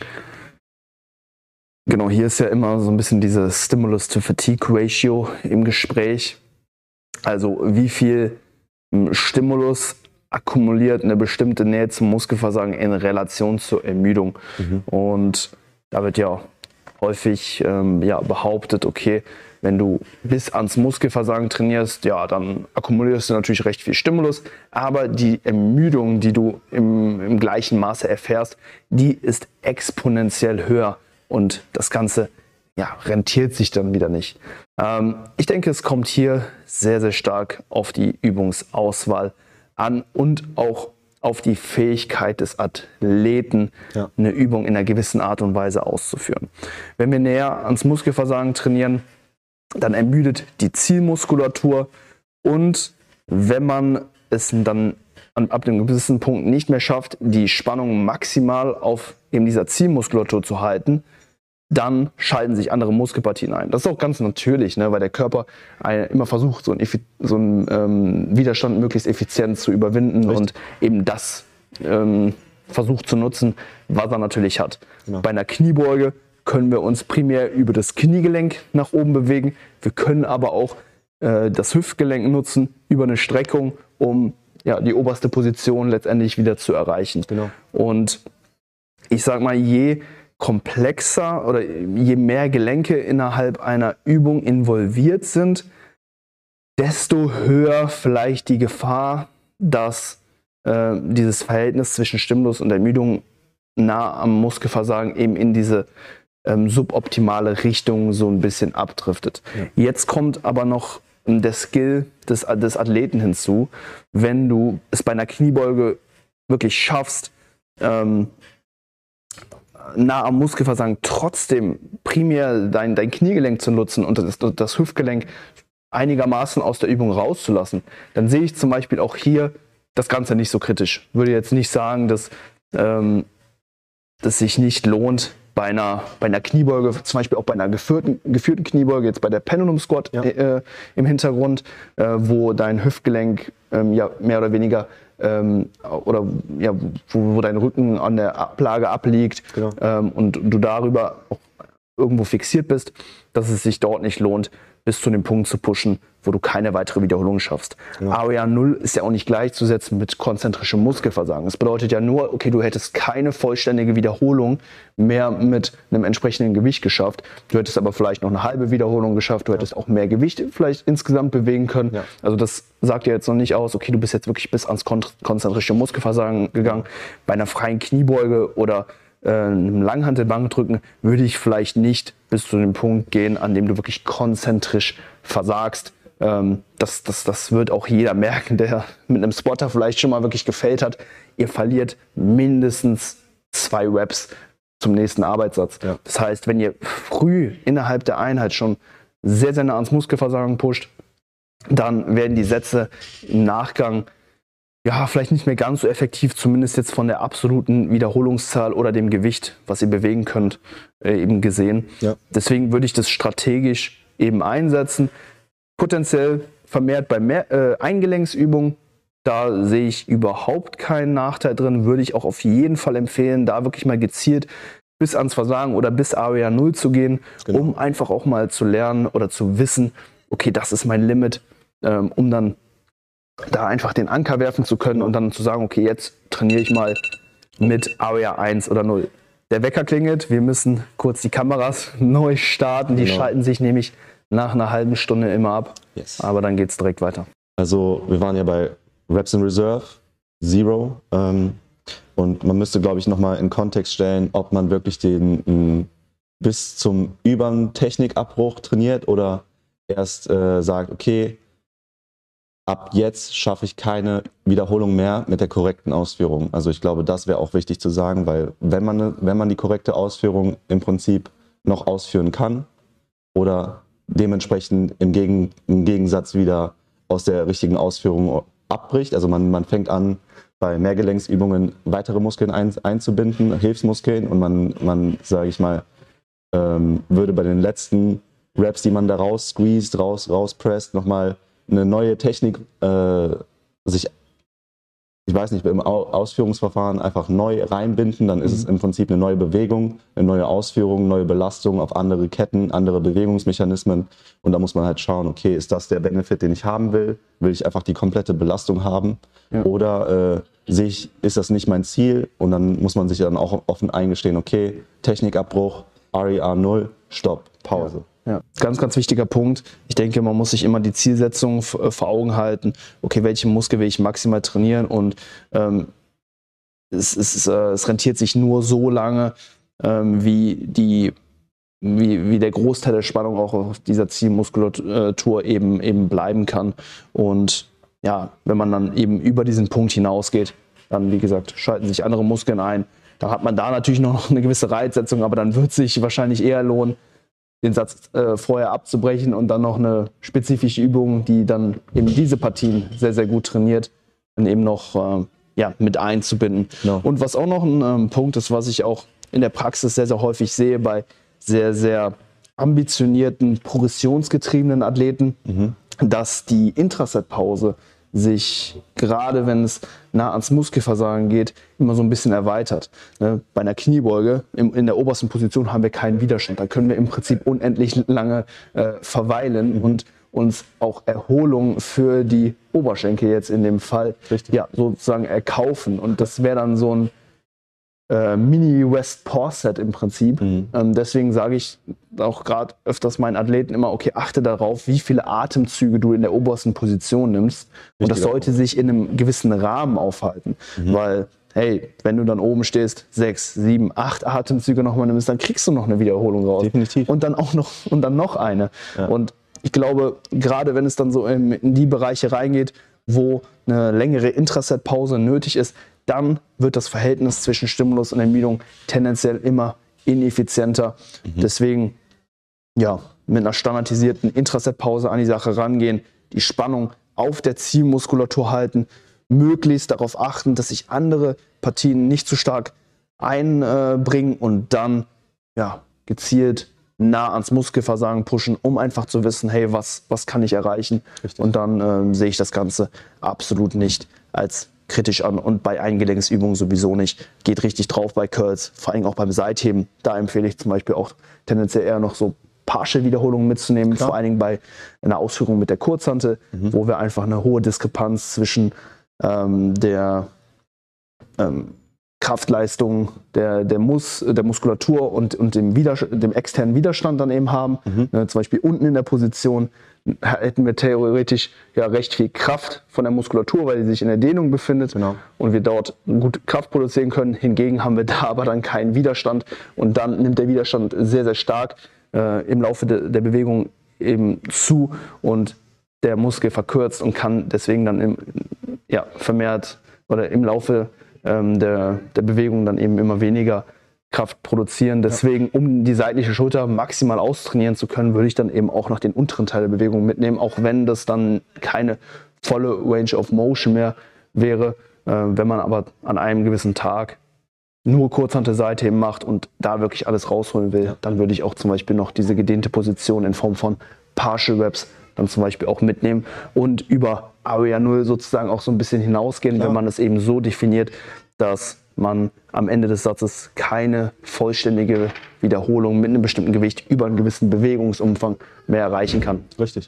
Genau, hier ist ja immer so ein bisschen diese Stimulus-to-Fatigue-Ratio im Gespräch. Also wie viel Stimulus akkumuliert eine bestimmte Nähe zum Muskelversagen in Relation zur Ermüdung. Und da wird ja häufig behauptet, okay, wenn du bis ans Muskelversagen trainierst, ja, dann akkumulierst du natürlich recht viel Stimulus, aber die Ermüdung, die du im gleichen Maße erfährst, die ist exponentiell höher und das Ganze rentiert sich dann wieder nicht. Ich denke, es kommt hier sehr, sehr stark auf die Übungsauswahl an und auch auf die Fähigkeit des Athleten, eine Übung in einer gewissen Art und Weise auszuführen. Wenn wir näher ans Muskelversagen trainieren, dann ermüdet die Zielmuskulatur und wenn man es dann ab einem gewissen Punkt nicht mehr schafft, die Spannung maximal auf eben dieser Zielmuskulatur zu halten, dann schalten sich andere Muskelpartien ein. Das ist auch ganz natürlich, ne, weil der Körper immer versucht, so einen Widerstand möglichst effizient zu überwinden und eben das versucht zu nutzen, was er natürlich hat. Genau. Bei einer Kniebeuge können wir uns primär über das Kniegelenk nach oben bewegen. Wir können aber auch das Hüftgelenk nutzen über eine Streckung, um die oberste Position letztendlich wieder zu erreichen. Genau. Und ich sag mal, je komplexer oder je mehr Gelenke innerhalb einer Übung involviert sind, desto höher vielleicht die Gefahr, dass dieses Verhältnis zwischen Stimulus und Ermüdung nah am Muskelversagen eben in diese suboptimale Richtung so ein bisschen abdriftet. Ja. Jetzt kommt aber noch der Skill des Athleten hinzu. Wenn du es bei einer Kniebeuge wirklich schaffst, nah am Muskelversagen trotzdem primär dein Kniegelenk zu nutzen und das Hüftgelenk einigermaßen aus der Übung rauszulassen, dann sehe ich zum Beispiel auch hier das Ganze nicht so kritisch. Ich würde jetzt nicht sagen, dass sich nicht lohnt, bei einer Kniebeuge, zum Beispiel auch bei einer geführten Kniebeuge, jetzt bei der Pendulum Squat im Hintergrund, wo dein Hüftgelenk mehr oder weniger wo dein Rücken an der Ablage abliegt, genau. Und du darüber auch irgendwo fixiert bist, dass es sich dort nicht lohnt, bis zu dem Punkt zu pushen, wo du keine weitere Wiederholung schaffst. Genau. AOR 0 ist ja auch nicht gleichzusetzen mit konzentrischem Muskelversagen. Das bedeutet ja nur, okay, du hättest keine vollständige Wiederholung mehr mit einem entsprechenden Gewicht geschafft. Du hättest aber vielleicht noch eine halbe Wiederholung geschafft. Du hättest auch mehr Gewicht vielleicht insgesamt bewegen können. Ja. Also das sagt ja jetzt noch nicht aus, okay, du bist jetzt wirklich bis ans konzentrische Muskelversagen gegangen. Bei einer freien Kniebeuge oder einem Langhantelbankdrücken würde ich vielleicht nicht bis zu dem Punkt gehen, an dem du wirklich konzentrisch versagst. Das wird auch jeder merken, der mit einem Spotter vielleicht schon mal wirklich gefällt hat. Ihr verliert mindestens 2 Reps zum nächsten Arbeitssatz. Ja. Das heißt, wenn ihr früh innerhalb der Einheit schon sehr, sehr nah ans Muskelversagen pusht, dann werden die Sätze im Nachgang vielleicht nicht mehr ganz so effektiv, zumindest jetzt von der absoluten Wiederholungszahl oder dem Gewicht, was ihr bewegen könnt, eben gesehen. Ja. Deswegen würde ich das strategisch eben einsetzen. Potenziell vermehrt bei Eingelenksübungen, da sehe ich überhaupt keinen Nachteil drin, würde ich auch auf jeden Fall empfehlen, da wirklich mal gezielt bis ans Versagen oder bis AOR 0 zu gehen, genau. Um einfach auch mal zu lernen oder zu wissen, okay, das ist mein Limit, um dann da einfach den Anker werfen zu können und dann zu sagen, okay, jetzt trainiere ich mal mit AOR 1 oder 0. Der Wecker klingelt, wir müssen kurz die Kameras neu starten, die schalten sich nämlich nach einer halben Stunde immer ab, aber dann geht es direkt weiter. Also wir waren ja bei Reps in Reserve, 0, und man müsste, glaube ich, nochmal in Kontext stellen, ob man wirklich den bis zum übern Technikabbruch trainiert oder erst sagt, okay, ab jetzt schaffe ich keine Wiederholung mehr mit der korrekten Ausführung. Also ich glaube, das wäre auch wichtig zu sagen, weil wenn man die korrekte Ausführung im Prinzip noch ausführen kann oder dementsprechend im Gegensatz wieder aus der richtigen Ausführung abbricht, also man fängt an, bei Mehrgelenksübungen weitere Muskeln einzubinden, Hilfsmuskeln, und man sage ich mal, würde bei den letzten Reps, die man da raussqueezed, rauspresst, nochmal eine neue Technik ich weiß nicht, im Ausführungsverfahren einfach neu reinbinden, dann ist es im Prinzip eine neue Bewegung, eine neue Ausführung, neue Belastung auf andere Ketten, andere Bewegungsmechanismen, und da muss man halt schauen, okay, ist das der Benefit, den ich haben will? Will ich einfach die komplette Belastung haben? Ja. Oder ist das nicht mein Ziel? Und dann muss man sich dann auch offen eingestehen, okay, Technikabbruch, RER 0, Stopp, Pause. Ja. Ja, ganz, ganz wichtiger Punkt. Ich denke, man muss sich immer die Zielsetzung vor Augen halten. Okay, welchen Muskel will ich maximal trainieren? Und es rentiert sich nur so lange, wie der Großteil der Spannung auch auf dieser Zielmuskulatur eben bleiben kann. Und ja, wenn man dann eben über diesen Punkt hinausgeht, dann, wie gesagt, schalten sich andere Muskeln ein. Dann hat man da natürlich noch eine gewisse Reizsetzung, aber dann wird es sich wahrscheinlich eher lohnen, den Satz vorher abzubrechen und dann noch eine spezifische Übung, die dann eben diese Partien sehr, sehr gut trainiert, dann eben noch mit einzubinden. Genau. Und was auch noch ein Punkt ist, was ich auch in der Praxis sehr, sehr häufig sehe bei sehr, sehr ambitionierten, progressionsgetriebenen Athleten, dass die Intraset-Pause sich, gerade wenn es nah ans Muskelversagen geht, immer so ein bisschen erweitert. Bei einer Kniebeuge in der obersten Position haben wir keinen Widerstand. Da können wir im Prinzip unendlich lange verweilen und uns auch Erholung für die Oberschenkel jetzt in dem Fall sozusagen erkaufen. Und das wäre dann so Mini-West-Paw-Set im Prinzip. Deswegen sage ich auch gerade öfters meinen Athleten immer, okay, achte darauf, wie viele Atemzüge du in der obersten Position nimmst. Und das sollte sich in einem gewissen Rahmen aufhalten. Weil, hey, wenn du dann oben stehst, 6, 7, 8 Atemzüge nochmal nimmst, dann kriegst du noch eine Wiederholung raus. Definitiv. Und dann auch noch eine. Ja. Und ich glaube, gerade wenn es dann so in die Bereiche reingeht, wo eine längere Intraset-Pause nötig ist, dann wird das Verhältnis zwischen Stimulus und Ermüdung tendenziell immer ineffizienter. Deswegen ja, mit einer standardisierten Intraset-Pause an die Sache rangehen, die Spannung auf der Zielmuskulatur halten, möglichst darauf achten, dass sich andere Partien nicht zu stark einbringen und dann ja, gezielt nah ans Muskelversagen pushen, um einfach zu wissen, hey, was kann ich erreichen? Richtig. Und dann sehe ich das Ganze absolut nicht als kritisch an und bei Eingelenksübungen sowieso nicht. Geht richtig drauf bei Curls, vor allem auch beim Seitheben. Da empfehle ich zum Beispiel auch tendenziell eher noch so Partial-Wiederholungen mitzunehmen, vor allen Dingen bei einer Ausführung mit der Kurzhantel, wo wir einfach eine hohe Diskrepanz zwischen der Kraftleistung der Muskulatur und dem externen Widerstand dann eben haben. Zum Beispiel unten in der Position hätten wir theoretisch ja recht viel Kraft von der Muskulatur, weil sie sich in der Dehnung befindet und wir dort gut Kraft produzieren können. Hingegen haben wir da aber dann keinen Widerstand und dann nimmt der Widerstand sehr, sehr stark im Laufe der Bewegung eben zu und der Muskel verkürzt und kann deswegen dann vermehrt oder im Laufe der Bewegung dann eben immer weniger Kraft produzieren. Deswegen, um die seitliche Schulter maximal austrainieren zu können, würde ich dann eben auch noch den unteren Teil der Bewegung mitnehmen, auch wenn das dann keine volle Range of Motion mehr wäre. Wenn man aber an einem gewissen Tag nur Kurzhantel Seitheben macht und da wirklich alles rausholen will, dann würde ich auch zum Beispiel noch diese gedehnte Position in Form von Partial Reps dann zum Beispiel auch mitnehmen und über Area 0 sozusagen auch so ein bisschen hinausgehen, wenn man es eben so definiert, dass man am Ende des Satzes keine vollständige Wiederholung mit einem bestimmten Gewicht über einen gewissen Bewegungsumfang mehr erreichen kann. Richtig.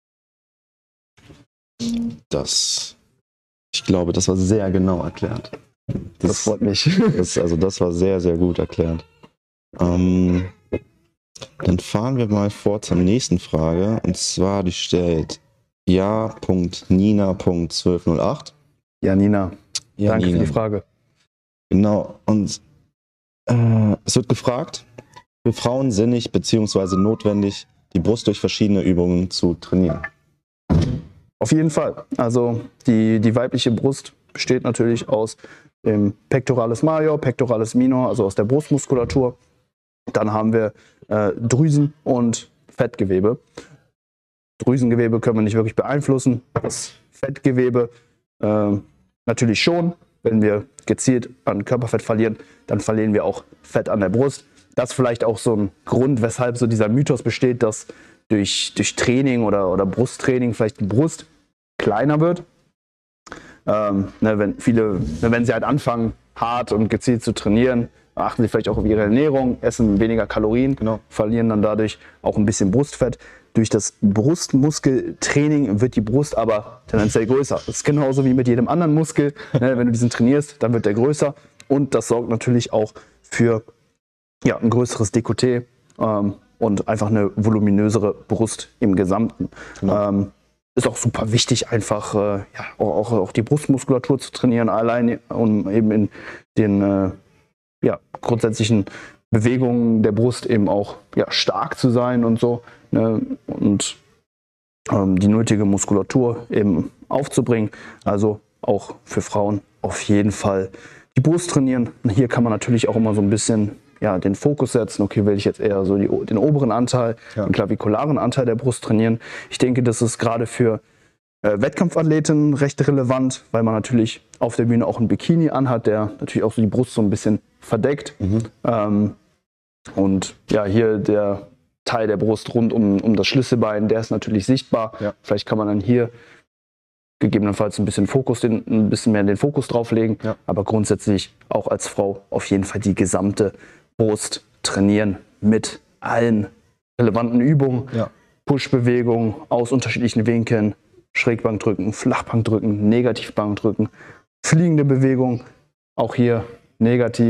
Ich glaube, das war sehr genau erklärt. Das freut mich. Das war sehr, sehr gut erklärt. Dann fahren wir mal vor zur nächsten Frage. Und zwar, die stellt ja.nina.1208. Ja, Nina. Danke für die Frage. Genau. Und es wird gefragt, für Frauen sinnig bzw. notwendig, die Brust durch verschiedene Übungen zu trainieren. Auf jeden Fall. Also die weibliche Brust besteht natürlich aus dem Pectoralis major, Pectoralis minor, also aus der Brustmuskulatur. Dann haben wir Drüsen und Fettgewebe. Drüsengewebe können wir nicht wirklich beeinflussen. Das Fettgewebe natürlich schon. Wenn wir gezielt an Körperfett verlieren, dann verlieren wir auch Fett an der Brust. Das ist vielleicht auch so ein Grund, weshalb so dieser Mythos besteht, dass durch Training oder Brusttraining vielleicht die Brust kleiner wird. Wenn sie halt anfangen, hart und gezielt zu trainieren, achten sie vielleicht auch auf ihre Ernährung, essen weniger Kalorien, verlieren dann dadurch auch ein bisschen Brustfett. Durch das Brustmuskeltraining wird die Brust aber tendenziell größer. Das ist genauso wie mit jedem anderen Muskel. Wenn du diesen trainierst, dann wird der größer. Und das sorgt natürlich auch für ein größeres Dekolleté und einfach eine voluminösere Brust im Gesamten. Ist auch super wichtig, einfach auch die Brustmuskulatur zu trainieren, allein um eben in den grundsätzlichen Bewegungen der Brust eben auch stark zu sein und so. Und die nötige Muskulatur eben aufzubringen. Also auch für Frauen auf jeden Fall die Brust trainieren. Und hier kann man natürlich auch immer so ein bisschen den Fokus setzen. Okay, will ich jetzt eher so den oberen Anteil, den klavikularen Anteil der Brust trainieren. Ich denke, das ist gerade für Wettkampfathleten recht relevant, weil man natürlich auf der Bühne auch ein Bikini anhat, der natürlich auch so die Brust so ein bisschen verdeckt. Und hier der Teil der Brust rund um das Schlüsselbein, der ist natürlich sichtbar. Vielleicht kann man dann hier gegebenenfalls ein bisschen mehr den Fokus drauflegen, aber grundsätzlich auch als Frau auf jeden Fall die gesamte Brust trainieren mit allen relevanten Übungen, Push-Bewegungen aus unterschiedlichen Winkeln, Schrägbankdrücken, Flachbankdrücken, Negativbankdrücken, fliegende Bewegung, auch hier negativ,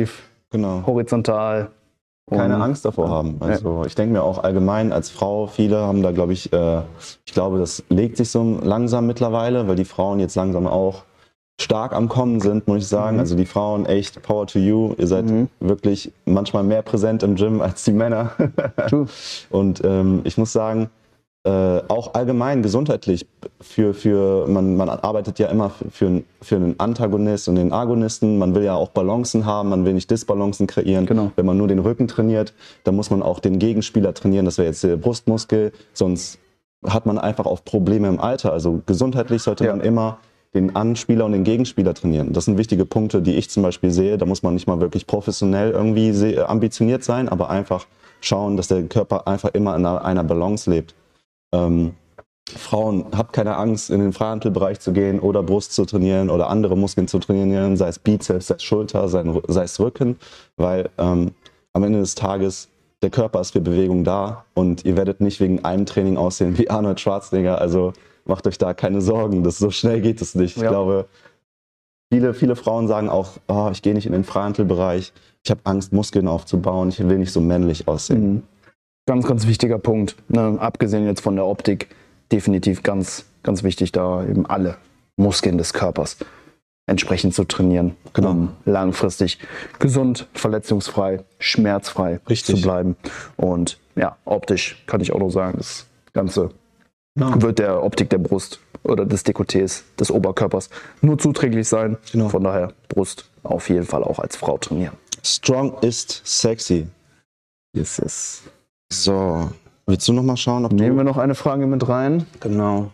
Genau. horizontal. Keine Angst davor haben. Also ich denke mir auch allgemein als Frau, viele haben da, glaube ich, ich glaube, das legt sich so langsam mittlerweile, weil die Frauen jetzt langsam auch stark am Kommen sind, muss ich sagen. Also die Frauen, echt Power to you. Ihr seid wirklich manchmal mehr präsent im Gym als die Männer. Und ich muss sagen, auch allgemein gesundheitlich, man arbeitet ja immer für einen Antagonist und den Agonisten. Man will ja auch Balancen haben, man will nicht Disbalancen kreieren. Genau. Wenn man nur den Rücken trainiert, dann muss man auch den Gegenspieler trainieren. Das wäre jetzt der Brustmuskel, sonst hat man einfach auch Probleme im Alter. Also gesundheitlich sollte man immer den Anspieler und den Gegenspieler trainieren. Das sind wichtige Punkte, die ich zum Beispiel sehe. Da muss man nicht mal wirklich professionell irgendwie ambitioniert sein, aber einfach schauen, dass der Körper einfach immer in einer Balance lebt. Frauen, habt keine Angst, in den Freihantelbereich zu gehen oder Brust zu trainieren oder andere Muskeln zu trainieren, sei es Bizeps, sei es Schulter, sei es Rücken, weil am Ende des Tages der Körper ist für Bewegung da und ihr werdet nicht wegen einem Training aussehen wie Arnold Schwarzenegger, also macht euch da keine Sorgen, so schnell geht es nicht. Ich glaube, viele Frauen sagen auch, oh, ich gehe nicht in den Freihantelbereich, ich habe Angst, Muskeln aufzubauen, ich will nicht so männlich aussehen. Ganz, ganz wichtiger Punkt. Ne? Abgesehen jetzt von der Optik, definitiv ganz, ganz wichtig, da eben alle Muskeln des Körpers entsprechend zu trainieren, um langfristig gesund, verletzungsfrei, schmerzfrei zu bleiben. Und ja, optisch kann ich auch noch sagen, das Ganze wird der Optik der Brust oder des Dekolletés, des Oberkörpers nur zuträglich sein. Von daher Brust auf jeden Fall auch als Frau trainieren. Strong ist sexy. Yes. So, willst du noch mal schauen, ob Nehmen wir noch eine Frage mit rein? Genau.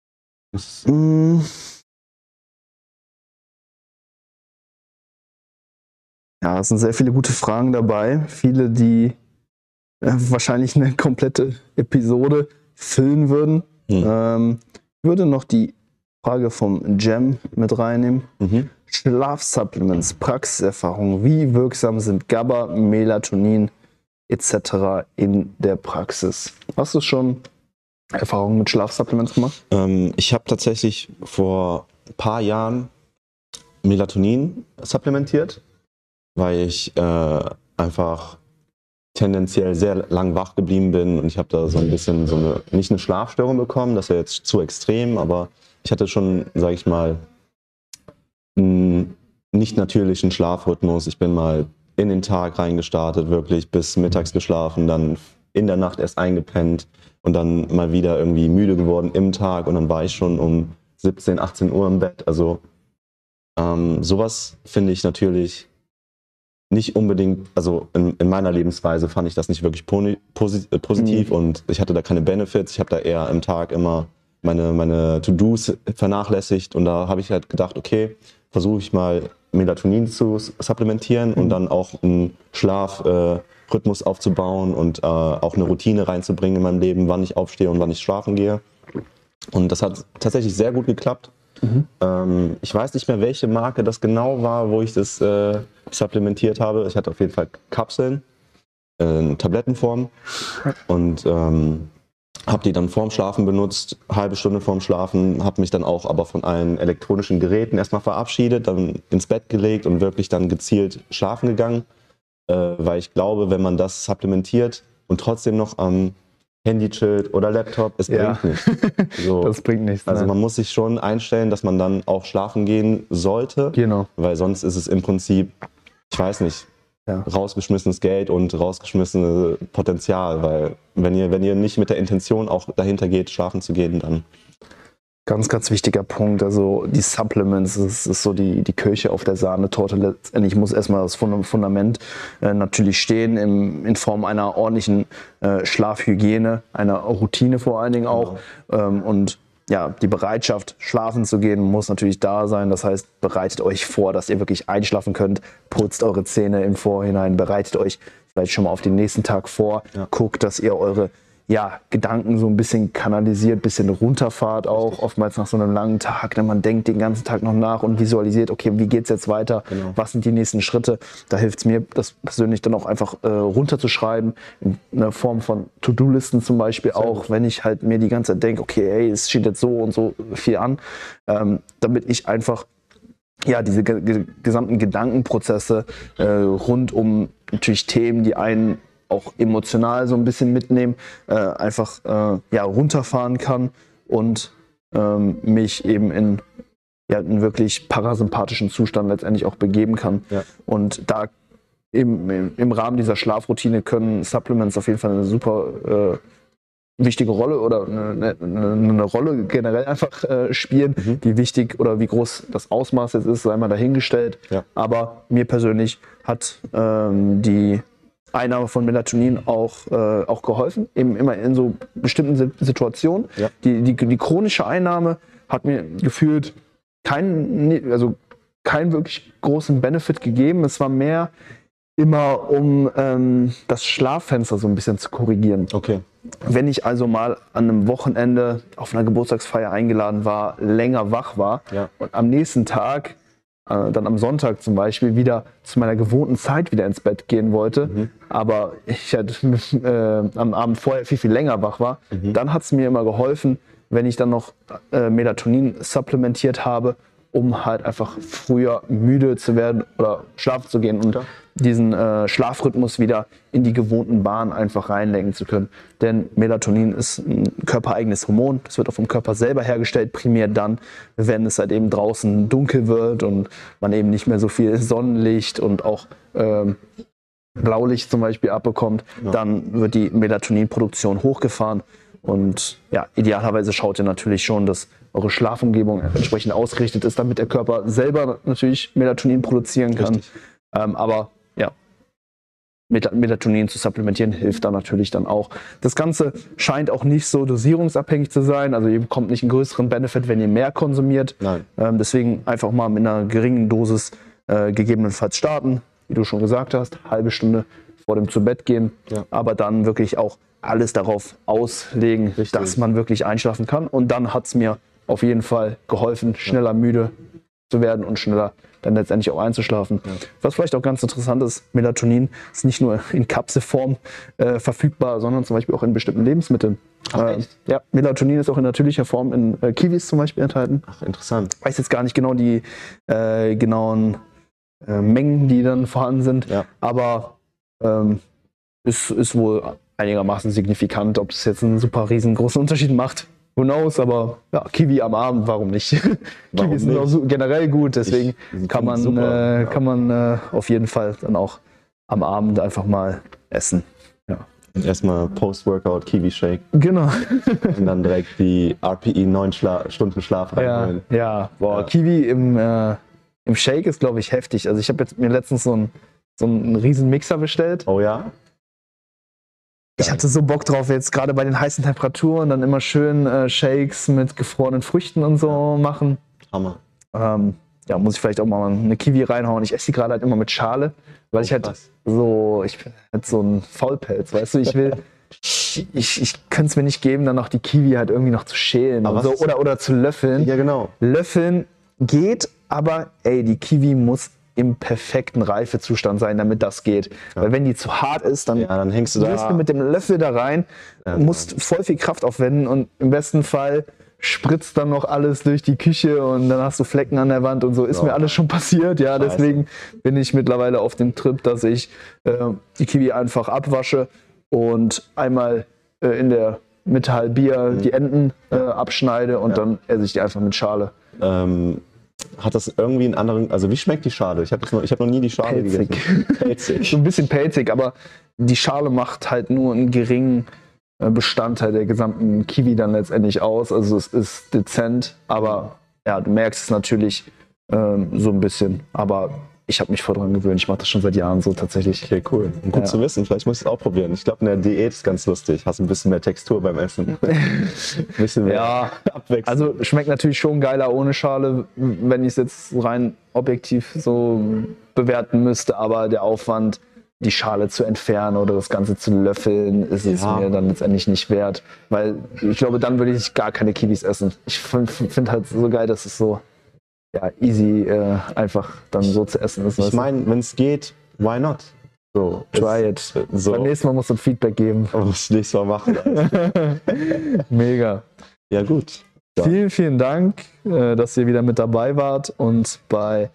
Ja, es sind sehr viele gute Fragen dabei. Viele, die wahrscheinlich eine komplette Episode füllen würden. Ich würde noch die Frage vom Jam mit reinnehmen. Schlafsupplements, Praxiserfahrung. Wie wirksam sind GABA, Melatonin etc. in der Praxis? Hast du schon Erfahrungen mit Schlafsupplements gemacht? Ich habe tatsächlich vor ein paar Jahren Melatonin supplementiert, weil ich einfach tendenziell sehr lang wach geblieben bin und ich habe da so ein bisschen nicht eine Schlafstörung bekommen, das wäre jetzt zu extrem, aber ich hatte schon, sage ich mal, einen nicht natürlichen Schlafrhythmus. Ich bin mal in den Tag reingestartet, wirklich bis mittags geschlafen, dann in der Nacht erst eingepennt und dann mal wieder irgendwie müde geworden im Tag und dann war ich schon um 17, 18 Uhr im Bett. Also sowas finde ich natürlich nicht unbedingt, also in meiner Lebensweise fand ich das nicht wirklich positiv und ich hatte da keine Benefits. Ich habe da eher im Tag immer meine To-Dos vernachlässigt und da habe ich halt gedacht, okay, versuche ich mal Melatonin zu supplementieren und dann auch einen Schlafrhythmus aufzubauen und auch eine Routine reinzubringen in meinem Leben, wann ich aufstehe und wann ich schlafen gehe. Und das hat tatsächlich sehr gut geklappt. Ich weiß nicht mehr, welche Marke das genau war, wo ich das supplementiert habe. Ich hatte auf jeden Fall Kapseln in Tablettenform und habe die dann vorm Schlafen benutzt, halbe Stunde vorm Schlafen, habe mich dann auch aber von allen elektronischen Geräten erstmal verabschiedet, dann ins Bett gelegt und wirklich dann gezielt schlafen gegangen, weil ich glaube, wenn man das supplementiert und trotzdem noch am Handy chillt oder Laptop, es bringt nichts. So. Das bringt nichts. Also man muss sich schon einstellen, dass man dann auch schlafen gehen sollte, weil sonst ist es im Prinzip, ich weiß nicht, rausgeschmissenes Geld und rausgeschmissenes Potenzial, weil wenn ihr nicht mit der Intention auch dahinter geht, schlafen zu gehen, dann... Ganz, ganz wichtiger Punkt, also die Supplements, das ist so die Kirsche auf der Sahnetorte. Letztendlich muss erstmal das Fundament natürlich stehen in Form einer ordentlichen Schlafhygiene, einer Routine vor allen Dingen auch und ja, die Bereitschaft, schlafen zu gehen, muss natürlich da sein. Das heißt, bereitet euch vor, dass ihr wirklich einschlafen könnt. Putzt eure Zähne im Vorhinein. Bereitet euch vielleicht schon mal auf den nächsten Tag vor. Guckt, dass ihr eure Gedanken so ein bisschen kanalisiert, ein bisschen runterfahrt auch. Oftmals nach so einem langen Tag. Denn man denkt den ganzen Tag noch nach und visualisiert, okay, wie geht's jetzt weiter? Was sind die nächsten Schritte? Da hilft es mir, das persönlich dann auch einfach runterzuschreiben. In einer Form von To-Do-Listen zum Beispiel auch. Wenn ich halt mir die ganze Zeit denke, okay, es steht jetzt so und so viel an. Damit ich einfach ja, diese gesamten Gedankenprozesse rund um natürlich Themen, die einen auch emotional so ein bisschen mitnehmen, einfach ja, runterfahren kann und mich eben in einen wirklich parasympathischen Zustand letztendlich auch begeben kann. Ja. Und da im Rahmen dieser Schlafroutine können Supplements auf jeden Fall eine super wichtige Rolle oder eine Rolle generell einfach spielen. Wie wichtig oder wie groß das Ausmaß jetzt ist, sei mal dahingestellt. Ja. Aber mir persönlich hat die Einnahme von Melatonin auch geholfen, eben immer in so bestimmten Situationen. Ja. Die chronische Einnahme hat mir gefühlt keinen wirklich großen Benefit gegeben. Es war mehr immer, um das Schlaffenster so ein bisschen zu korrigieren. Okay. Wenn ich also mal an einem Wochenende auf einer Geburtstagsfeier eingeladen war, länger wach war und am nächsten Tag, dann am Sonntag zum Beispiel, wieder zu meiner gewohnten Zeit wieder ins Bett gehen wollte, aber ich halt am Abend vorher viel länger wach war, dann hat es mir immer geholfen, wenn ich dann noch Melatonin supplementiert habe, um halt einfach früher müde zu werden oder schlafen zu gehen und diesen Schlafrhythmus wieder in die gewohnten Bahnen einfach reinlenken zu können. Denn Melatonin ist ein körpereigenes Hormon. Das wird auch vom Körper selber hergestellt, primär dann, wenn es halt eben draußen dunkel wird und man eben nicht mehr so viel Sonnenlicht und auch Blaulicht zum Beispiel abbekommt. Ja. Dann wird die Melatoninproduktion hochgefahren. Und ja, idealerweise schaut ihr natürlich schon, dass eure Schlafumgebung entsprechend ausgerichtet ist, damit der Körper selber natürlich Melatonin produzieren kann. Aber ja, Melatonin zu supplementieren hilft da natürlich dann auch. Das Ganze scheint auch nicht so dosierungsabhängig zu sein. Also ihr bekommt nicht einen größeren Benefit, wenn ihr mehr konsumiert. Deswegen einfach mal mit einer geringen Dosis gegebenenfalls starten, wie du schon gesagt hast, halbe Stunde vor dem Zubettgehen, aber dann wirklich auch alles darauf auslegen, dass man wirklich einschlafen kann. Und dann hat es mir auf jeden Fall geholfen, schneller müde zu werden und schneller dann letztendlich auch einzuschlafen. Ja. Was vielleicht auch ganz interessant ist, Melatonin ist nicht nur in Kapselform verfügbar, sondern zum Beispiel auch in bestimmten Lebensmitteln. Ja, Melatonin ist auch in natürlicher Form in Kiwis zum Beispiel enthalten. Ach, interessant. Ich weiß jetzt gar nicht genau die genauen Mengen, die dann vorhanden sind, aber ist wohl einigermaßen signifikant. Ob es jetzt einen super riesengroßen Unterschied macht, who knows, aber ja, Kiwi am Abend, warum nicht? Kiwi sind auch generell gut, deswegen kann man auf jeden Fall dann auch am Abend einfach mal essen. Ja. Und erstmal Post-Workout Kiwi-Shake. Genau. Und dann direkt die RPE 9 Stunden Schlaf reinholen. Kiwi im Shake ist, glaube ich, heftig. Also ich habe jetzt mir letztens so einen riesen Mixer bestellt. Oh ja? Ich hatte so Bock drauf, jetzt gerade bei den heißen Temperaturen dann immer schön Shakes mit gefrorenen Früchten und so machen. Hammer. Muss ich vielleicht auch mal eine Kiwi reinhauen. Ich esse die gerade halt immer mit Schale, weil ich bin halt so ein Faulpelz, weißt du, ich könnte es mir nicht geben, dann noch die Kiwi halt irgendwie noch zu schälen und so, oder zu löffeln. Ja, genau. Löffeln geht, aber die Kiwi muss im perfekten Reifezustand sein, damit das geht. Ja. Weil wenn die zu hart ist, dann hängst du da. Du mit dem Löffel da rein, musst voll viel Kraft aufwenden und im besten Fall spritzt dann noch alles durch die Küche und dann hast du Flecken an der Wand und so. Ist mir alles schon passiert. Ja, deswegen bin ich mittlerweile auf dem Trip, dass ich die Kiwi einfach abwasche und einmal in der Mitte halbier die Enden abschneide und dann esse ich die einfach mit Schale. Hat das irgendwie einen anderen, also wie schmeckt die Schale? Ich hab noch nie die Schale gegessen. Pelzig. So ein bisschen pelzig, aber die Schale macht halt nur einen geringen Bestandteil der gesamten Kiwi dann letztendlich aus. Also es ist dezent, aber ja, du merkst es natürlich so ein bisschen. Aber ich habe mich voll dran gewöhnt. Ich mache das schon seit Jahren so tatsächlich. Okay, cool. Und gut zu wissen. Vielleicht muss ich es auch probieren. Ich glaube, in der Diät ist ganz lustig. Hast ein bisschen mehr Textur beim Essen. Ein bisschen mehr Abwechslung. Also schmeckt natürlich schon geiler ohne Schale, wenn ich es jetzt rein objektiv so bewerten müsste. Aber der Aufwand, die Schale zu entfernen oder das Ganze zu löffeln, ist es mir dann letztendlich nicht wert. Weil ich glaube, dann würde ich gar keine Kiwis essen. Ich finde halt so geil, dass es so easy einfach dann so zu essen ist. Ich meine, wenn es geht, why not? So, try it. So. Beim nächsten Mal musst du ein Feedback geben. Muss ich nächstes Mal machen. Mega. Ja gut. Vielen, vielen Dank, dass ihr wieder mit dabei wart und bei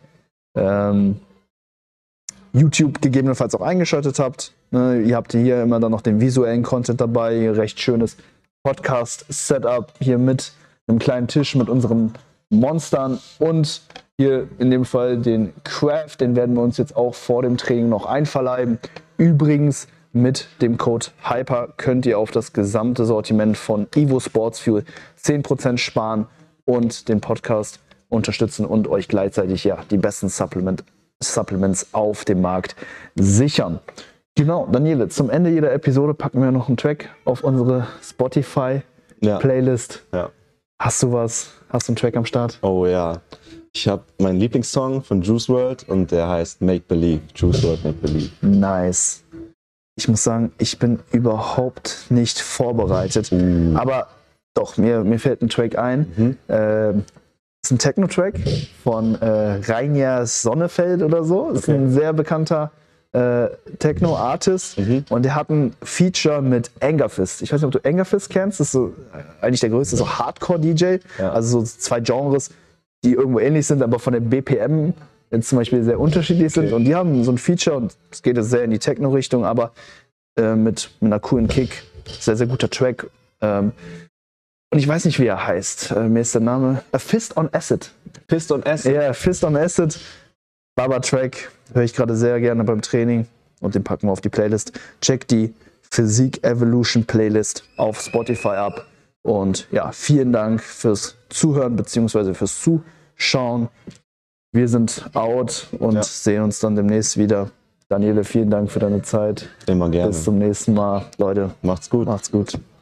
YouTube gegebenenfalls auch eingeschaltet habt. Ihr habt hier immer dann noch den visuellen Content dabei, recht schönes Podcast-Setup hier mit einem kleinen Tisch mit unseren Monstern und hier in dem Fall den Craft, den werden wir uns jetzt auch vor dem Training noch einverleiben. Übrigens mit dem Code HYPER könnt ihr auf das gesamte Sortiment von Evo Sports Fuel 10% sparen und den Podcast unterstützen und euch gleichzeitig die besten Supplements auf dem Markt sichern. Genau, Daniele, zum Ende jeder Episode packen wir noch einen Track auf unsere Spotify-Playlist. Ja. Hast du was? Hast du einen Track am Start? Oh ja. Ich habe meinen Lieblingssong von Juice WRLD und der heißt Make Believe. Juice WRLD Make Believe. Nice. Ich muss sagen, ich bin überhaupt nicht vorbereitet. Aber doch, mir fällt ein Track ein. Ist ein Techno-Track von Reinier Sonnefeld oder so. Ist ein sehr bekannter Techno-Artist und der hat ein Feature mit Angerfist. Ich weiß nicht, ob du Angerfist kennst. Das ist so eigentlich der größte so Hardcore-DJ. Ja. Also so zwei Genres, die irgendwo ähnlich sind, aber von der BPM jetzt zum Beispiel sehr unterschiedlich sind. Und die haben so ein Feature und es geht jetzt sehr in die Techno-Richtung, aber mit einer coolen Kick. Sehr, sehr guter Track. Und ich weiß nicht, wie er heißt. Mir ist der Name Fist on Acid. Fist on Acid? Ja, Fist on Acid. Baba-Track. Höre ich gerade sehr gerne beim Training. Und den packen wir auf die Playlist. Check die Physique Evolution Playlist auf Spotify ab. Und ja, vielen Dank fürs Zuhören bzw. fürs Zuschauen. Wir sind out und sehen uns dann demnächst wieder. Daniele, vielen Dank für deine Zeit. Immer gerne. Bis zum nächsten Mal. Leute, macht's gut. Macht's gut.